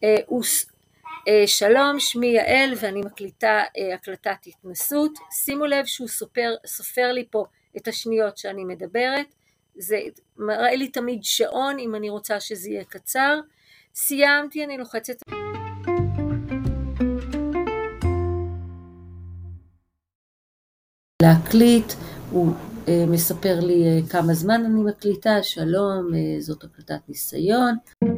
שלום, שמי יעל ואני מקליטה הקלטת התנסות. שימו לב שהוא סופר לי פה את השניות שאני מדברת. זה מראה לי תמיד שעון אם אני רוצה שזה יהיה קצר. סיימתי, אני לוחצת. להקליט, הוא מספר לי כמה זמן אני מקליטה. שלום, זאת הקלטת ניסיון.